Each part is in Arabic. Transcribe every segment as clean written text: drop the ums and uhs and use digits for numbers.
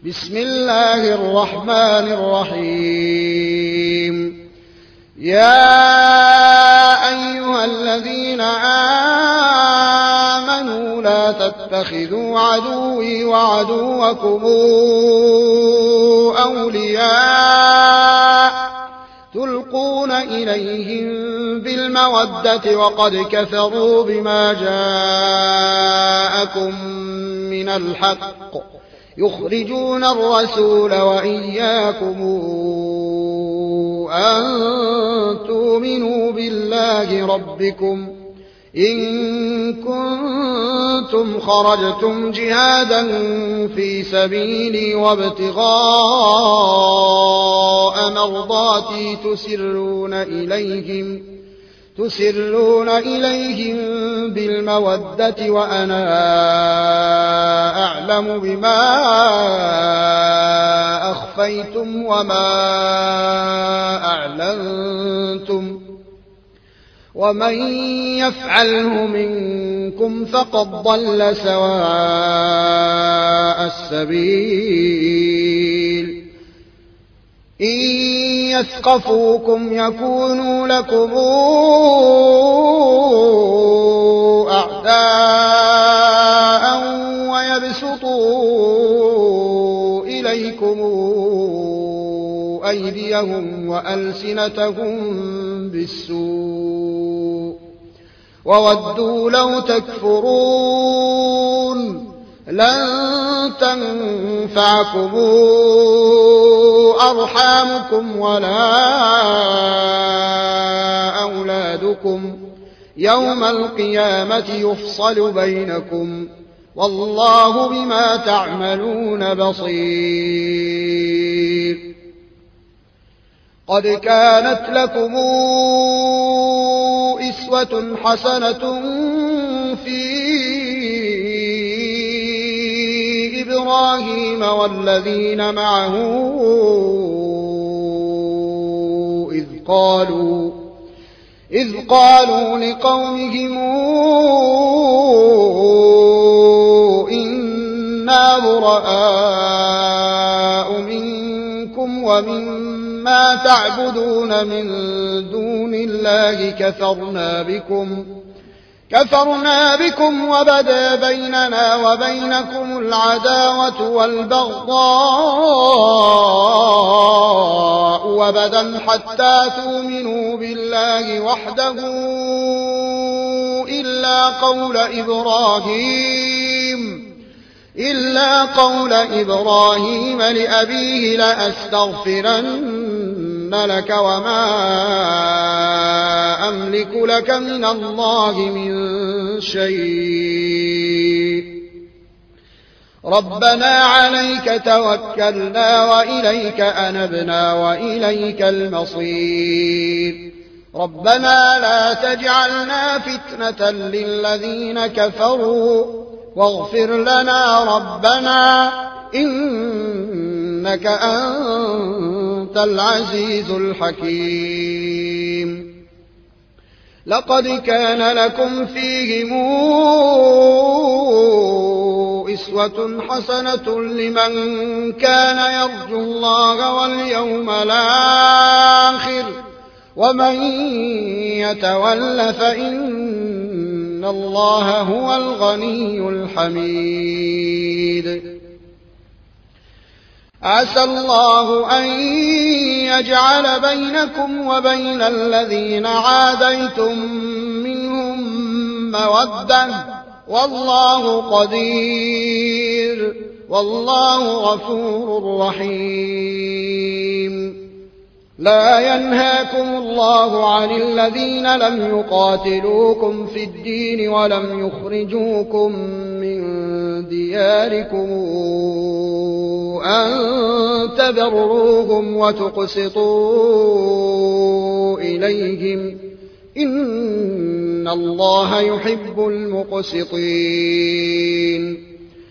بسم الله الرحمن الرحيم. يا أيها الذين آمنوا لا تتخذوا عدوي وعدوكم أولياء تلقون إليهم بالمودة وقد كفروا بما جاءكم من الحق يخرجون الرسول وإياكم أن تؤمنوا بالله ربكم إن كنتم خرجتم جهادا في سبيلي وابتغاء مرضاتي تسرون إليهم بالمودة وأنا أعلم بما أخفيتم وما أعلنتم ومن يفعله منكم فقد ضل سواء السبيل. إن يثقفوكم يكونوا لكم أعداء ويبسطوا إليكم أيديهم وألسنتهم بالسوء وودوا لو تكفرون. لن تنفعكم أرحامكم ولا أولادكم يوم القيامة يفصل بينكم والله بما تعملون بصير. قد كانت لكم أسوة حسنة في إبراهيم والذين معه إذ قالوا لقومهم إنا براء منكم ومما تعبدون من دون الله كفرنا بكم وبدا بيننا وبينكم العداوة والبغضاء وبدا حتى تؤمنوا بالله وحده إلا قول إبراهيم لأبيه لأستغفرن لك وما أملك لك من الله من شيء ربنا عليك توكلنا وإليك أنبنا وإليك المصير. ربنا لا تجعلنا فتنة للذين كفروا واغفر لنا ربنا إنك أنت العزيز الحكيم. لقد كان لكم فيهم أسوة حسنة لمن كان يرجو الله واليوم الآخر ومن يتول فإن الله هو الغني الحميد. عسى الله أن يجعل بينكم وبين الذين عاديتم منهم مودة والله قدير والله غفور رحيم. لا ينهاكم الله عن الذين لم يقاتلوكم في الدين ولم يخرجوكم من دياركم أن تبروهم وتقسطوا إليهم إن الله يحب المقسطين.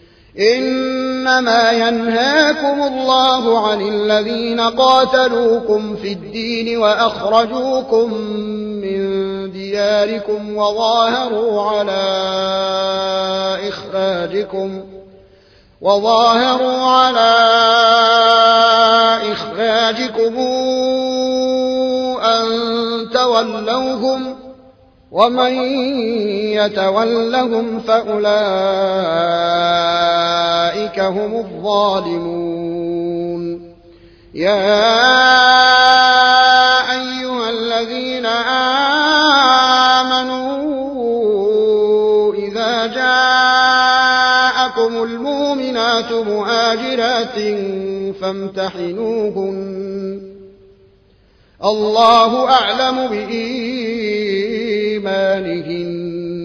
إنما ينهاكم الله عن الذين قاتلوكم في الدين وأخرجوكم من دياركم وظاهروا على أزواجكم أن تولوهم ومن يتولهم فأولئك هم الظالمون يا أيها الذين آمنوا إذا جاءكم المؤمنات مهاجرات فامتحنوهن الله أعلم بإيمانهن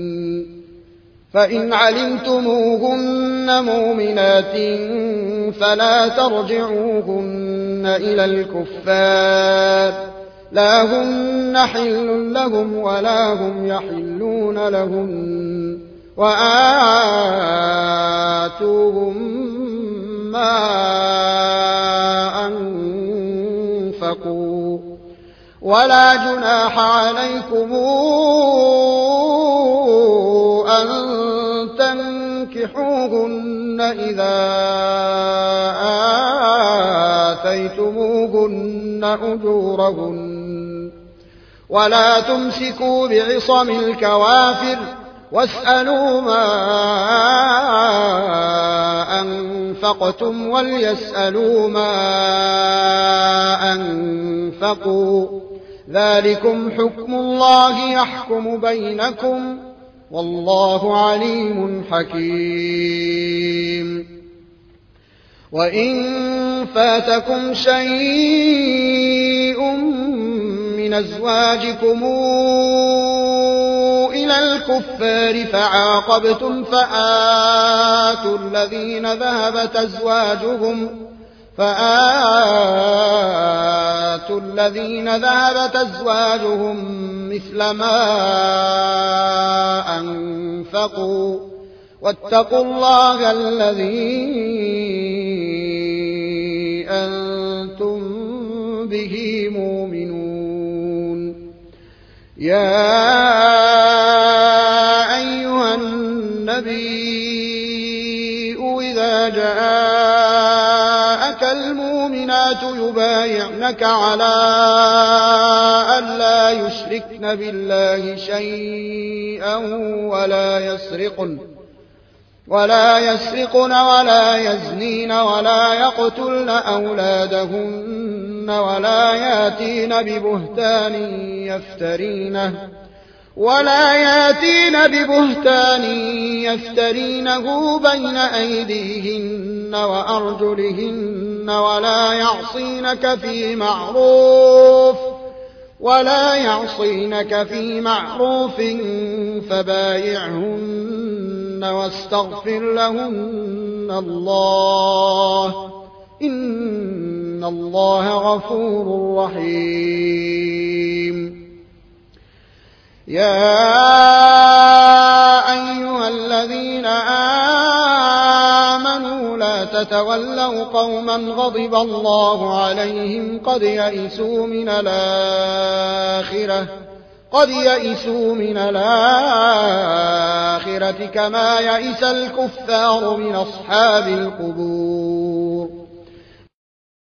فإن علمتموهن مؤمنات فلا ترجعوهن إلى الكفار لا هن حل لهم ولا هم يحلون لهن وآتوهم ما أنفقوا ولا جناح عليكم أن تنكحوهن إذا آتيتموهن أجورهن ولا تمسكوا بعصم الكوافر واسألوا ما أنفقتم وليسألوا ما أنفقوا ذلكم حكم الله يحكم بينكم والله عليم حكيم وإن فاتكم شيء من أزواجكم إلى الكفار فعاقبتم فآتوا الذين ذهبت أزواجهم مثل ما أنفقوا واتقوا الله الذي أنتم به مؤمنون يا أيها النبي إذا جاءك المؤمنات يبايعنك على أن لا يشركن بالله شيئا ولا يسرقن ولا يزنين ولا يقتلن أولادهن ولا ياتين ببهتان يفترينه بين أيديهن وأرجلهن ولا يعصينك في معروف فبايعهن واستغفر لهن الله إن الله غفور رحيم يا أيها الذين آمنوا لا تتولوا قوما غضب الله عليهم قد يئسوا من الآخرة كما يئس الكفار من أصحاب القبور